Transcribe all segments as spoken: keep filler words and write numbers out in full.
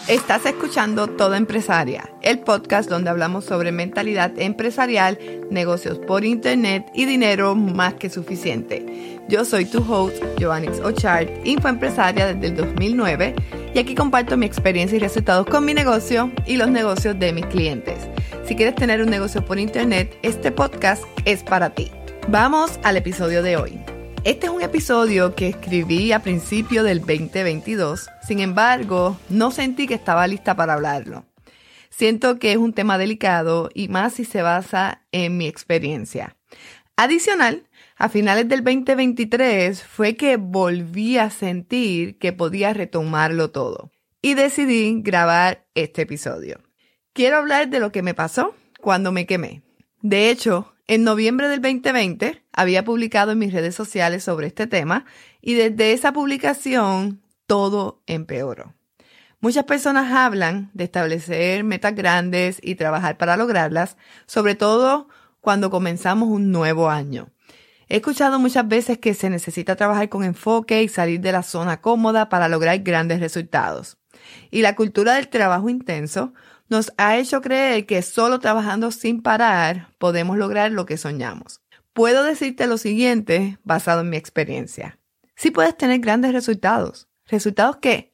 Estás escuchando Toda Empresaria, el podcast donde hablamos sobre mentalidad empresarial, negocios por internet y dinero más que suficiente. Yo soy tu host, Joannix Ochart, infoempresaria desde el dos mil nueve, y aquí comparto mi experiencia y resultados con mi negocio y los negocios de mis clientes. Si quieres tener un negocio por internet, este podcast es para ti. Vamos al episodio de hoy. Este es un episodio que escribí a principio del veinte veintidós, sin embargo, no sentí que estaba lista para hablarlo. Siento que es un tema delicado y más si se basa en mi experiencia. Adicional, a finales del veinte veintitrés fue que volví a sentir que podía retomarlo todo y decidí grabar este episodio. Quiero hablar de lo que me pasó cuando me quemé. De hecho, en noviembre del veinte veinte había publicado en mis redes sociales sobre este tema y desde esa publicación todo empeoró. Muchas personas hablan de establecer metas grandes y trabajar para lograrlas, sobre todo cuando comenzamos un nuevo año. He escuchado muchas veces que se necesita trabajar con enfoque y salir de la zona cómoda para lograr grandes resultados. Y la cultura del trabajo intenso nos ha hecho creer que solo trabajando sin parar podemos lograr lo que soñamos. Puedo decirte lo siguiente basado en mi experiencia. Sí puedes tener grandes resultados, resultados que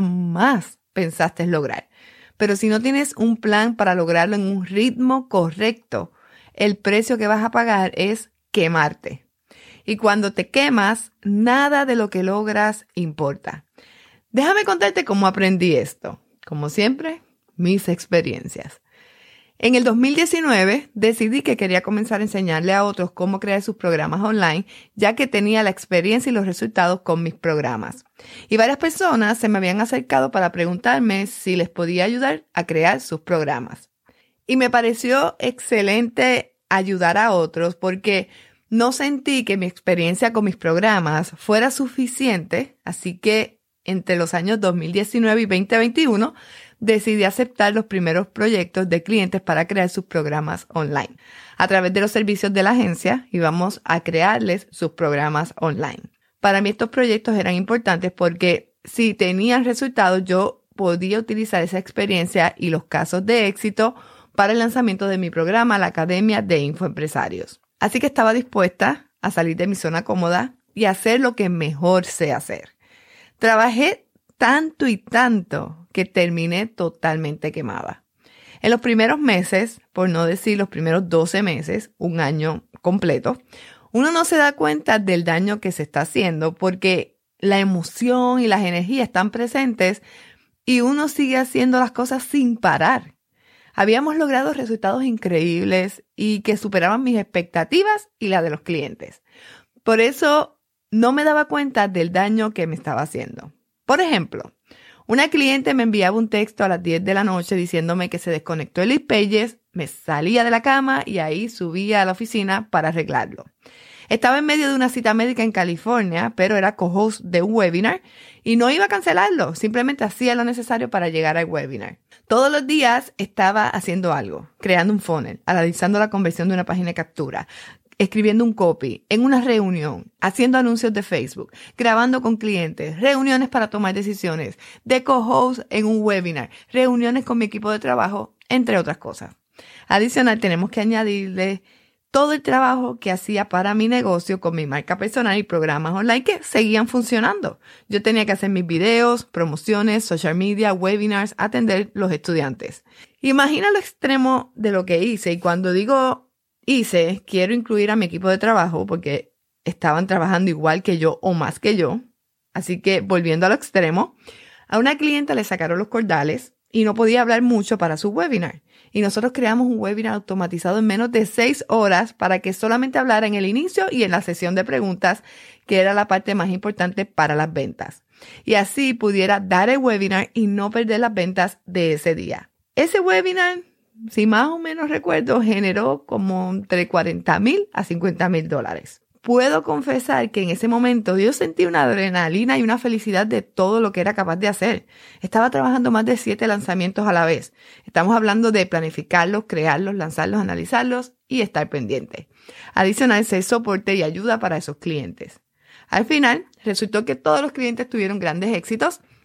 jamás pensaste lograr. Pero si no tienes un plan para lograrlo en un ritmo correcto, el precio que vas a pagar es quemarte. Y cuando te quemas, nada de lo que logras importa. Déjame contarte cómo aprendí esto. Como siempre, mis experiencias. En el dos mil diecinueve decidí que quería comenzar a enseñarle a otros cómo crear sus programas online, ya que tenía la experiencia y los resultados con mis programas. Y varias personas se me habían acercado para preguntarme si les podía ayudar a crear sus programas. Y me pareció excelente ayudar a otros porque no sentí que mi experiencia con mis programas fuera suficiente, así que entre los años dos mil diecinueve y veinte veintiuno decidí aceptar los primeros proyectos de clientes para crear sus programas online. A través de los servicios de la agencia íbamos a crearles sus programas online. Para mí estos proyectos eran importantes porque si tenían resultados yo podía utilizar esa experiencia y los casos de éxito para el lanzamiento de mi programa, la Academia de Infoempresarios. Así que estaba dispuesta a salir de mi zona cómoda y hacer lo que mejor sé hacer. Trabajé tanto y tanto que terminé totalmente quemada. En los primeros meses, por no decir los primeros doce meses, un año completo, uno no se da cuenta del daño que se está haciendo porque la emoción y las energías están presentes y uno sigue haciendo las cosas sin parar. Habíamos logrado resultados increíbles y que superaban mis expectativas y las de los clientes. Por eso no me daba cuenta del daño que me estaba haciendo. Por ejemplo, una cliente me enviaba un texto a las diez de la noche diciéndome que se desconectó el Lead Pages, me salía de la cama y ahí subía a la oficina para arreglarlo. Estaba en medio de una cita médica en California, pero era co-host de un webinar y no iba a cancelarlo, simplemente hacía lo necesario para llegar al webinar. Todos los días estaba haciendo algo, creando un funnel, analizando la conversión de una página de captura, escribiendo un copy, en una reunión, haciendo anuncios de Facebook, grabando con clientes, reuniones para tomar decisiones, de co-host en un webinar, reuniones con mi equipo de trabajo, entre otras cosas. Adicional, tenemos que añadirle todo el trabajo que hacía para mi negocio con mi marca personal y programas online que seguían funcionando. Yo tenía que hacer mis videos, promociones, social media, webinars, atender los estudiantes. Imagina lo extremo de lo que hice y cuando digo hice, quiero incluir a mi equipo de trabajo porque estaban trabajando igual que yo o más que yo. Así que, volviendo a lo extremo, a una clienta le sacaron los cordales y no podía hablar mucho para su webinar. Y nosotros creamos un webinar automatizado en menos de seis horas para que solamente hablara en el inicio y en la sesión de preguntas, que era la parte más importante para las ventas. Y así pudiera dar el webinar y no perder las ventas de ese día. Ese webinar, si más o menos recuerdo, generó como entre cuarenta mil a cincuenta mil dólares. Puedo confesar que en ese momento yo sentí una adrenalina y una felicidad de todo lo que era capaz de hacer. Estaba trabajando más de siete lanzamientos a la vez. Estamos hablando de planificarlos, crearlos, lanzarlos, analizarlos y estar pendiente. Adicional, ser soporte y ayuda para esos clientes. Al final, resultó que todos los clientes tuvieron grandes éxitos,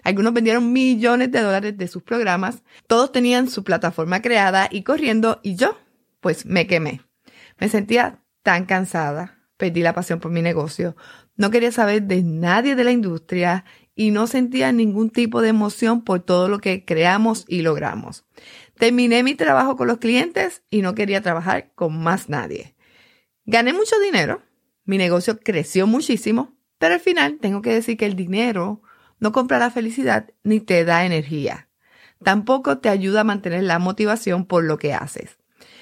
Algunos vendieron millones de dólares de sus programas. Todos tenían su plataforma creada y corriendo y yo, pues me quemé. Me sentía tan cansada. Perdí la pasión por mi negocio. No quería saber de nadie de la industria y no sentía ningún tipo de emoción por todo lo que creamos y logramos. Terminé mi trabajo con los clientes y no quería trabajar con más nadie. Gané mucho dinero. Mi negocio creció muchísimo, pero al final tengo que decir que el dinero no compra la felicidad ni te da energía. Tampoco te ayuda a mantener la motivación por lo que haces.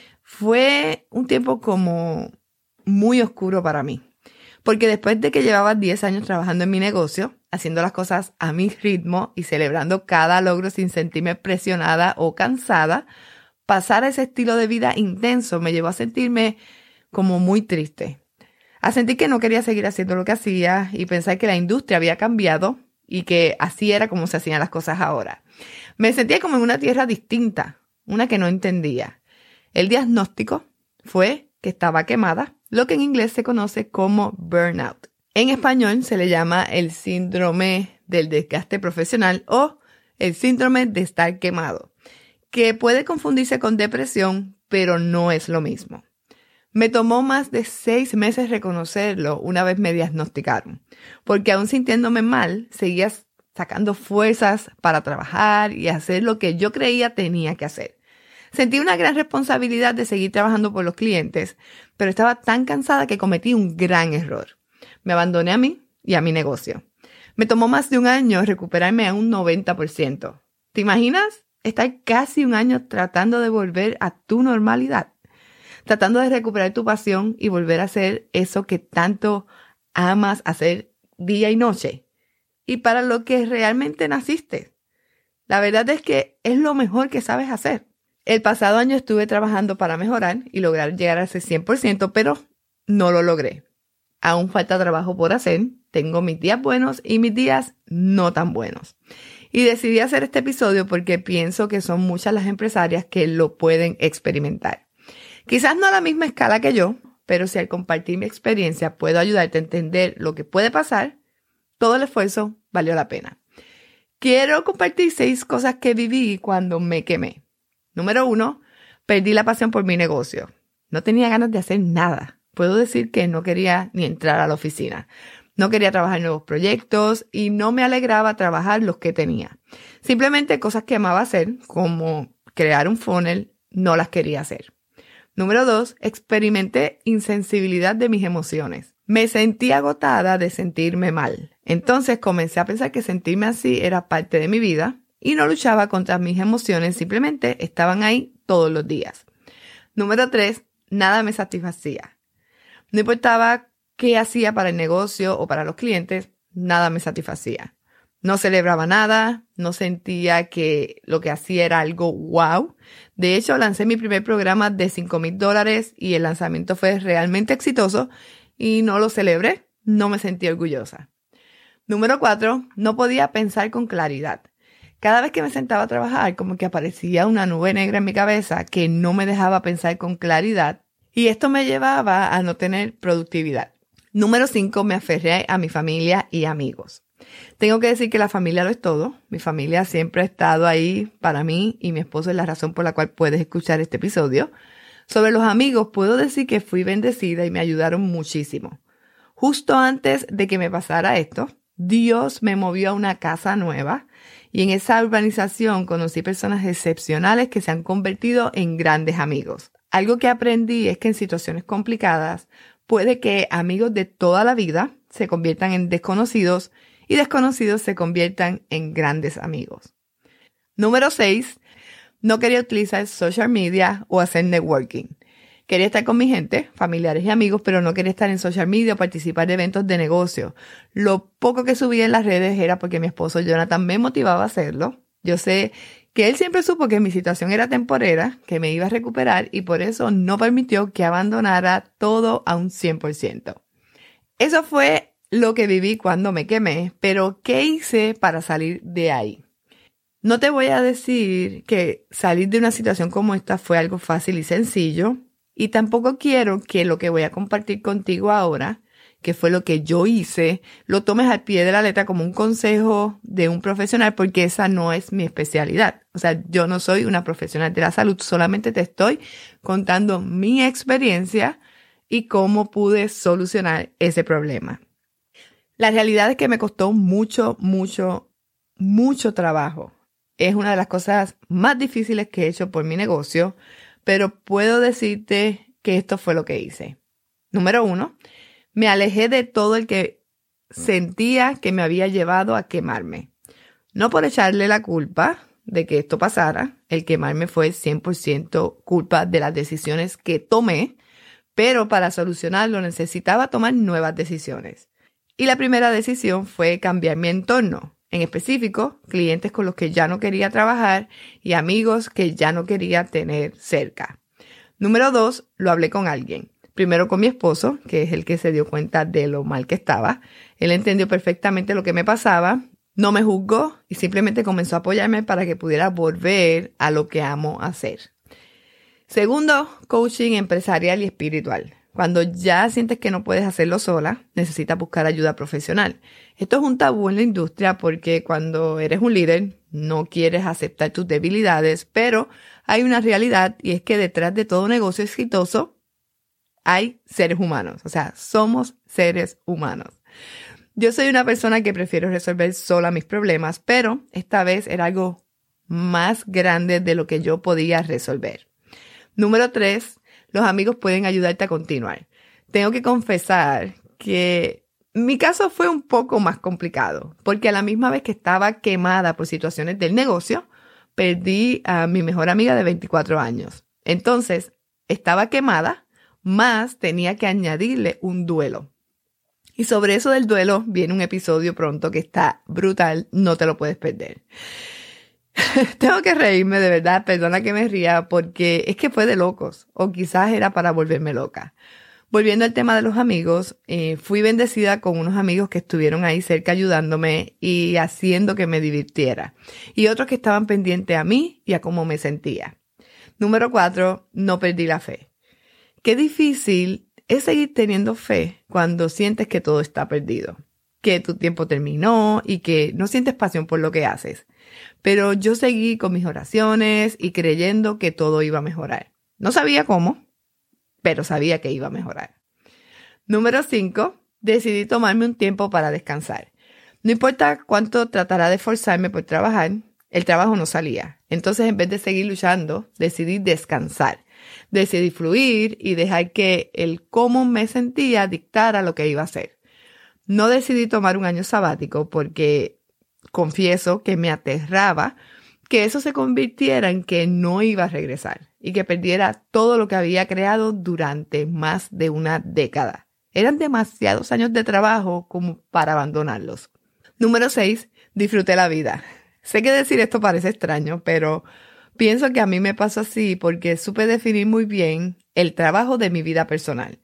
Fue un tiempo como muy oscuro para mí, porque después de que llevaba diez años trabajando en mi negocio, haciendo las cosas a mi ritmo y celebrando cada logro sin sentirme presionada o cansada, pasar a ese estilo de vida intenso me llevó a sentirme como muy triste. A sentir que no quería seguir haciendo lo que hacía y pensar que la industria había cambiado y que así era como se hacían las cosas ahora. Me sentía como en una tierra distinta, una que no entendía. El diagnóstico fue que estaba quemada, lo que en inglés se conoce como burnout. En español se le llama el síndrome del desgaste profesional o el síndrome de estar quemado, que puede confundirse con depresión, pero no es lo mismo. Me tomó más de seis meses reconocerlo una vez me diagnosticaron, porque aún sintiéndome mal, seguía sacando fuerzas para trabajar y hacer lo que yo creía tenía que hacer. Sentí una gran responsabilidad de seguir trabajando por los clientes, pero estaba tan cansada que cometí un gran error. Me abandoné a mí y a mi negocio. Me tomó más de un año recuperarme a un noventa por ciento. ¿Te imaginas estar casi un año tratando de volver a tu normalidad? Tratando de recuperar tu pasión y volver a hacer eso que tanto amas hacer día y noche. Y para lo que realmente naciste. La verdad es que es lo mejor que sabes hacer. El pasado año estuve trabajando para mejorar y lograr llegar a ese cien por ciento, pero no lo logré. Aún falta trabajo por hacer. Tengo mis días buenos y mis días no tan buenos. Y decidí hacer este episodio porque pienso que son muchas las empresarias que lo pueden experimentar. Quizás no a la misma escala que yo, pero si al compartir mi experiencia puedo ayudarte a entender lo que puede pasar, todo el esfuerzo valió la pena. Quiero compartir seis cosas que viví cuando me quemé. Número uno, perdí la pasión por mi negocio. No tenía ganas de hacer nada. Puedo decir que no quería ni entrar a la oficina. No quería trabajar en nuevos proyectos y no me alegraba trabajar los que tenía. Simplemente cosas que amaba hacer, como crear un funnel, no las quería hacer. Número dos, experimenté insensibilidad de mis emociones. Me sentí agotada de sentirme mal. Entonces comencé a pensar que sentirme así era parte de mi vida y no luchaba contra mis emociones, simplemente estaban ahí todos los días. Número tres, nada me satisfacía. No importaba qué hacía para el negocio o para los clientes, nada me satisfacía. No celebraba nada, no sentía que lo que hacía era algo wow. De hecho, lancé mi primer programa de cinco mil dólares y el lanzamiento fue realmente exitoso y no lo celebré, no me sentí orgullosa. Número cuatro, no podía pensar con claridad. Cada vez que me sentaba a trabajar, como que aparecía una nube negra en mi cabeza que no me dejaba pensar con claridad y esto me llevaba a no tener productividad. Número cinco, me aferré a mi familia y amigos. Tengo que decir que la familia lo es todo. Mi familia siempre ha estado ahí para mí y mi esposo es la razón por la cual puedes escuchar este episodio. Sobre los amigos, puedo decir que fui bendecida y me ayudaron muchísimo. Justo antes de que me pasara esto, Dios me movió a una casa nueva y en esa urbanización conocí personas excepcionales que se han convertido en grandes amigos. Algo que aprendí es que en situaciones complicadas puede que amigos de toda la vida se conviertan en desconocidos y desconocidos se conviertan en grandes amigos. Número seis. No quería utilizar social media o hacer networking. Quería estar con mi gente, familiares y amigos, pero no quería estar en social media o participar de eventos de negocio. Lo poco que subía en las redes era porque mi esposo Jonathan me motivaba a hacerlo. Yo sé que él siempre supo que mi situación era temporera, que me iba a recuperar y por eso no permitió que abandonara todo a un cien por ciento. Eso fue lo que viví cuando me quemé, pero ¿qué hice para salir de ahí? No te voy a decir que salir de una situación como esta fue algo fácil y sencillo, y tampoco quiero que lo que voy a compartir contigo ahora que fue lo que yo hice, lo tomes al pie de la letra como un consejo de un profesional, porque esa no es mi especialidad. O sea, yo no soy una profesional de la salud, solamente te estoy contando mi experiencia y cómo pude solucionar ese problema. La realidad es que me costó mucho, mucho, mucho trabajo. Es una de las cosas más difíciles que he hecho por mi negocio, pero puedo decirte que esto fue lo que hice. Número uno, me alejé de todo el que sentía que me había llevado a quemarme. No por echarle la culpa de que esto pasara, el quemarme fue cien por ciento culpa de las decisiones que tomé, pero para solucionarlo necesitaba tomar nuevas decisiones. Y la primera decisión fue cambiar mi entorno, en específico, clientes con los que ya no quería trabajar y amigos que ya no quería tener cerca. Número dos, lo hablé con alguien. Primero con mi esposo, que es el que se dio cuenta de lo mal que estaba. Él entendió perfectamente lo que me pasaba, no me juzgó y simplemente comenzó a apoyarme para que pudiera volver a lo que amo hacer. Segundo, coaching empresarial y espiritual. Cuando ya sientes que no puedes hacerlo sola, necesitas buscar ayuda profesional. Esto es un tabú en la industria porque cuando eres un líder no quieres aceptar tus debilidades, pero hay una realidad y es que detrás de todo negocio exitoso hay seres humanos, o sea, somos seres humanos. Yo soy una persona que prefiero resolver sola mis problemas, pero esta vez era algo más grande de lo que yo podía resolver. Número tres, los amigos pueden ayudarte a continuar. Tengo que confesar que mi caso fue un poco más complicado, porque a la misma vez que estaba quemada por situaciones del negocio, perdí a mi mejor amiga de veinticuatro años. Entonces, estaba quemada, más tenía que añadirle un duelo. Y sobre eso del duelo viene un episodio pronto que está brutal, no te lo puedes perder. Tengo que reírme de verdad, perdona que me ría, porque es que fue de locos, o quizás era para volverme loca. Volviendo al tema de los amigos, eh, fui bendecida con unos amigos que estuvieron ahí cerca ayudándome y haciendo que me divirtiera. Y otros que estaban pendientes a mí y a cómo me sentía. Número cuatro, no perdí la fe. Qué difícil es seguir teniendo fe cuando sientes que todo está perdido, que tu tiempo terminó y que no sientes pasión por lo que haces. Pero yo seguí con mis oraciones y creyendo que todo iba a mejorar. No sabía cómo, pero sabía que iba a mejorar. Número cinco, decidí tomarme un tiempo para descansar. No importa cuánto tratara de esforzarme por trabajar, el trabajo no salía. Entonces, en vez de seguir luchando, decidí descansar. Decidí fluir y dejar que el cómo me sentía dictara lo que iba a hacer. No decidí tomar un año sabático porque confieso que me aterraba que eso se convirtiera en que no iba a regresar y que perdiera todo lo que había creado durante más de una década. Eran demasiados años de trabajo como para abandonarlos. Número seis, disfruté la vida. Sé que decir esto parece extraño, pero pienso que a mí me pasó así porque supe definir muy bien el trabajo de mi vida personal.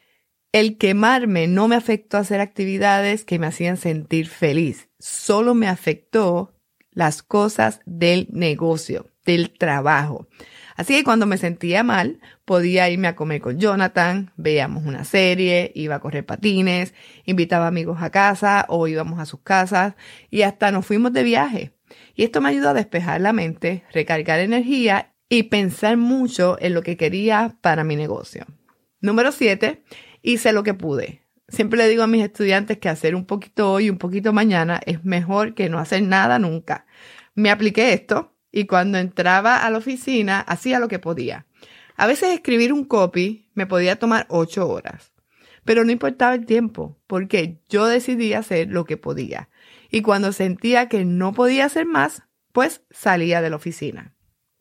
El quemarme no me afectó a hacer actividades que me hacían sentir feliz. Solo me afectó las cosas del negocio, del trabajo. Así que cuando me sentía mal, podía irme a comer con Jonathan, veíamos una serie, iba a correr patines, invitaba amigos a casa o íbamos a sus casas y hasta nos fuimos de viaje. Y esto me ayudó a despejar la mente, recargar energía y pensar mucho en lo que quería para mi negocio. Número siete, hice lo que pude. Siempre le digo a mis estudiantes que hacer un poquito hoy y un poquito mañana es mejor que no hacer nada nunca. Me apliqué esto y cuando entraba a la oficina hacía lo que podía. A veces escribir un copy me podía tomar ocho horas, pero no importaba el tiempo porque yo decidí hacer lo que podía. Y cuando sentía que no podía hacer más, pues salía de la oficina.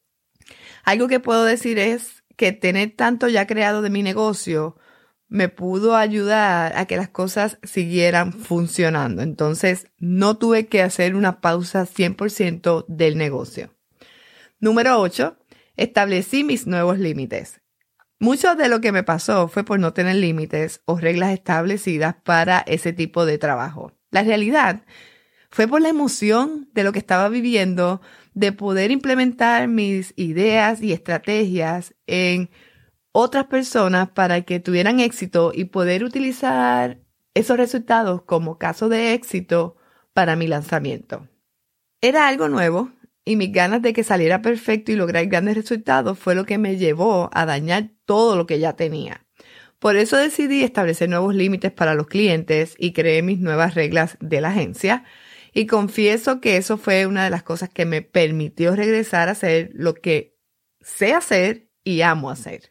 Algo que puedo decir es que tener tanto ya creado de mi negocio me pudo ayudar a que las cosas siguieran funcionando. Entonces, no tuve que hacer una pausa cien por ciento del negocio. Número ocho, establecí mis nuevos límites. Mucho de lo que me pasó fue por no tener límites o reglas establecidas para ese tipo de trabajo. La realidad fue por la emoción de lo que estaba viviendo, de poder implementar mis ideas y estrategias en otras personas para que tuvieran éxito y poder utilizar esos resultados como caso de éxito para mi lanzamiento. Era algo nuevo y mis ganas de que saliera perfecto y lograr grandes resultados fue lo que me llevó a dañar todo lo que ya tenía. Por eso decidí establecer nuevos límites para los clientes y creé mis nuevas reglas de la agencia. Y confieso que eso fue una de las cosas que me permitió regresar a hacer lo que sé hacer y amo hacer.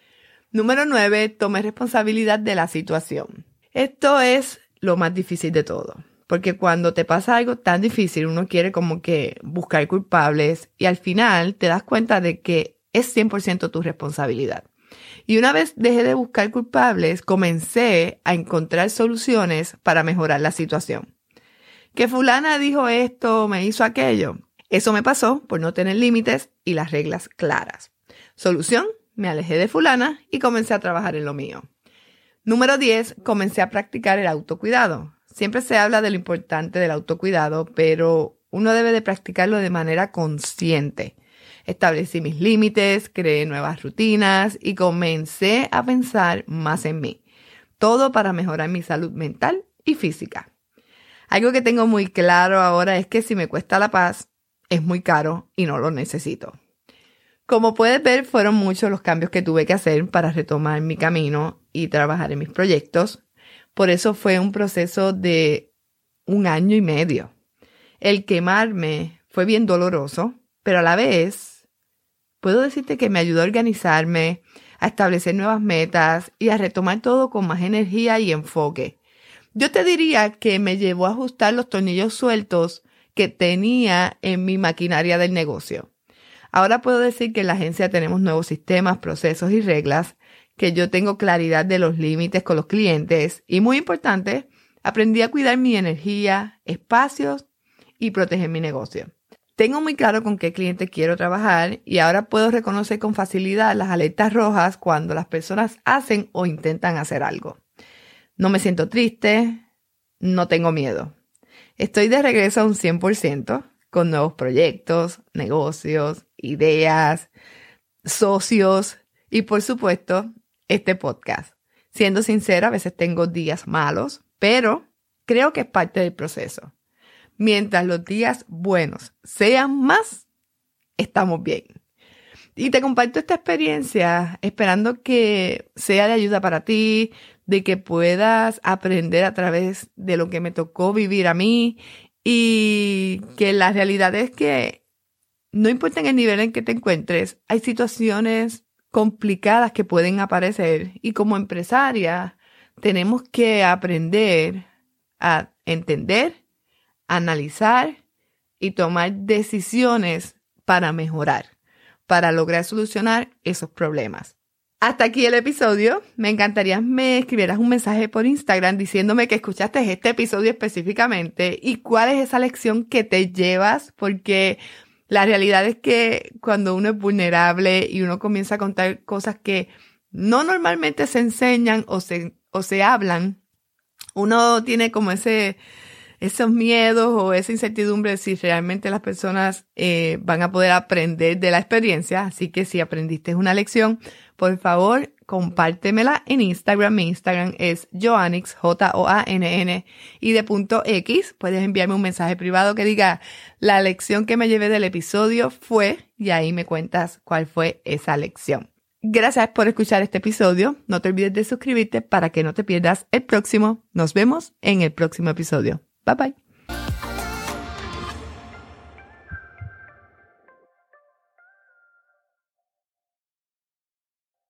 Número nueve, tomé responsabilidad de la situación. Esto es lo más difícil de todo, porque cuando te pasa algo tan difícil, uno quiere como que buscar culpables y al final te das cuenta de que es cien por ciento tu responsabilidad. Y una vez dejé de buscar culpables, comencé a encontrar soluciones para mejorar la situación. Que fulana dijo esto, me hizo aquello. Eso me pasó por no tener límites y las reglas claras. Solución, me alejé de fulana y comencé a trabajar en lo mío. Número diez, comencé a practicar el autocuidado. Siempre se habla de lo importante del autocuidado, pero uno debe de practicarlo de manera consciente. Establecí mis límites, creé nuevas rutinas y comencé a pensar más en mí. Todo para mejorar mi salud mental y física. Algo que tengo muy claro ahora es que si me cuesta la paz, es muy caro y no lo necesito. Como puedes ver, fueron muchos los cambios que tuve que hacer para retomar mi camino y trabajar en mis proyectos. Por eso fue un proceso de un año y medio. El quemarme fue bien doloroso, pero a la vez puedo decirte que me ayudó a organizarme, a establecer nuevas metas y a retomar todo con más energía y enfoque. Yo te diría que me llevó a ajustar los tornillos sueltos que tenía en mi maquinaria del negocio. Ahora puedo decir que en la agencia tenemos nuevos sistemas, procesos y reglas, que yo tengo claridad de los límites con los clientes y, muy importante, aprendí a cuidar mi energía, espacios y proteger mi negocio. Tengo muy claro con qué cliente quiero trabajar y ahora puedo reconocer con facilidad las alertas rojas cuando las personas hacen o intentan hacer algo. No me siento triste, no tengo miedo. Estoy de regreso a un cien por ciento con nuevos proyectos, negocios, ideas, socios y, por supuesto, este podcast. Siendo sincera, a veces tengo días malos, pero creo que es parte del proceso. Mientras los días buenos sean más, estamos bien. Y te comparto esta experiencia esperando que sea de ayuda para ti, de que puedas aprender a través de lo que me tocó vivir a mí y que la realidad es que no importa en el nivel en que te encuentres, hay situaciones complicadas que pueden aparecer y como empresaria tenemos que aprender a entender, analizar y tomar decisiones para mejorar, para lograr solucionar esos problemas. Hasta aquí el episodio. Me encantaría que me escribieras un mensaje por Instagram diciéndome que escuchaste este episodio específicamente y cuál es esa lección que te llevas, porque la realidad es que cuando uno es vulnerable y uno comienza a contar cosas que no normalmente se enseñan o se, o se hablan, uno tiene como ese... esos miedos o esa incertidumbre de si realmente las personas eh, van a poder aprender de la experiencia. Así que si aprendiste una lección, por favor, compártemela en Instagram. Mi Instagram es Joannix, J O A N N, y de punto X. Puedes enviarme un mensaje privado que diga la lección que me llevé del episodio fue, y ahí me cuentas cuál fue esa lección. Gracias por escuchar este episodio. No te olvides de suscribirte para que no te pierdas el próximo. Nos vemos en el próximo episodio. Bye bye.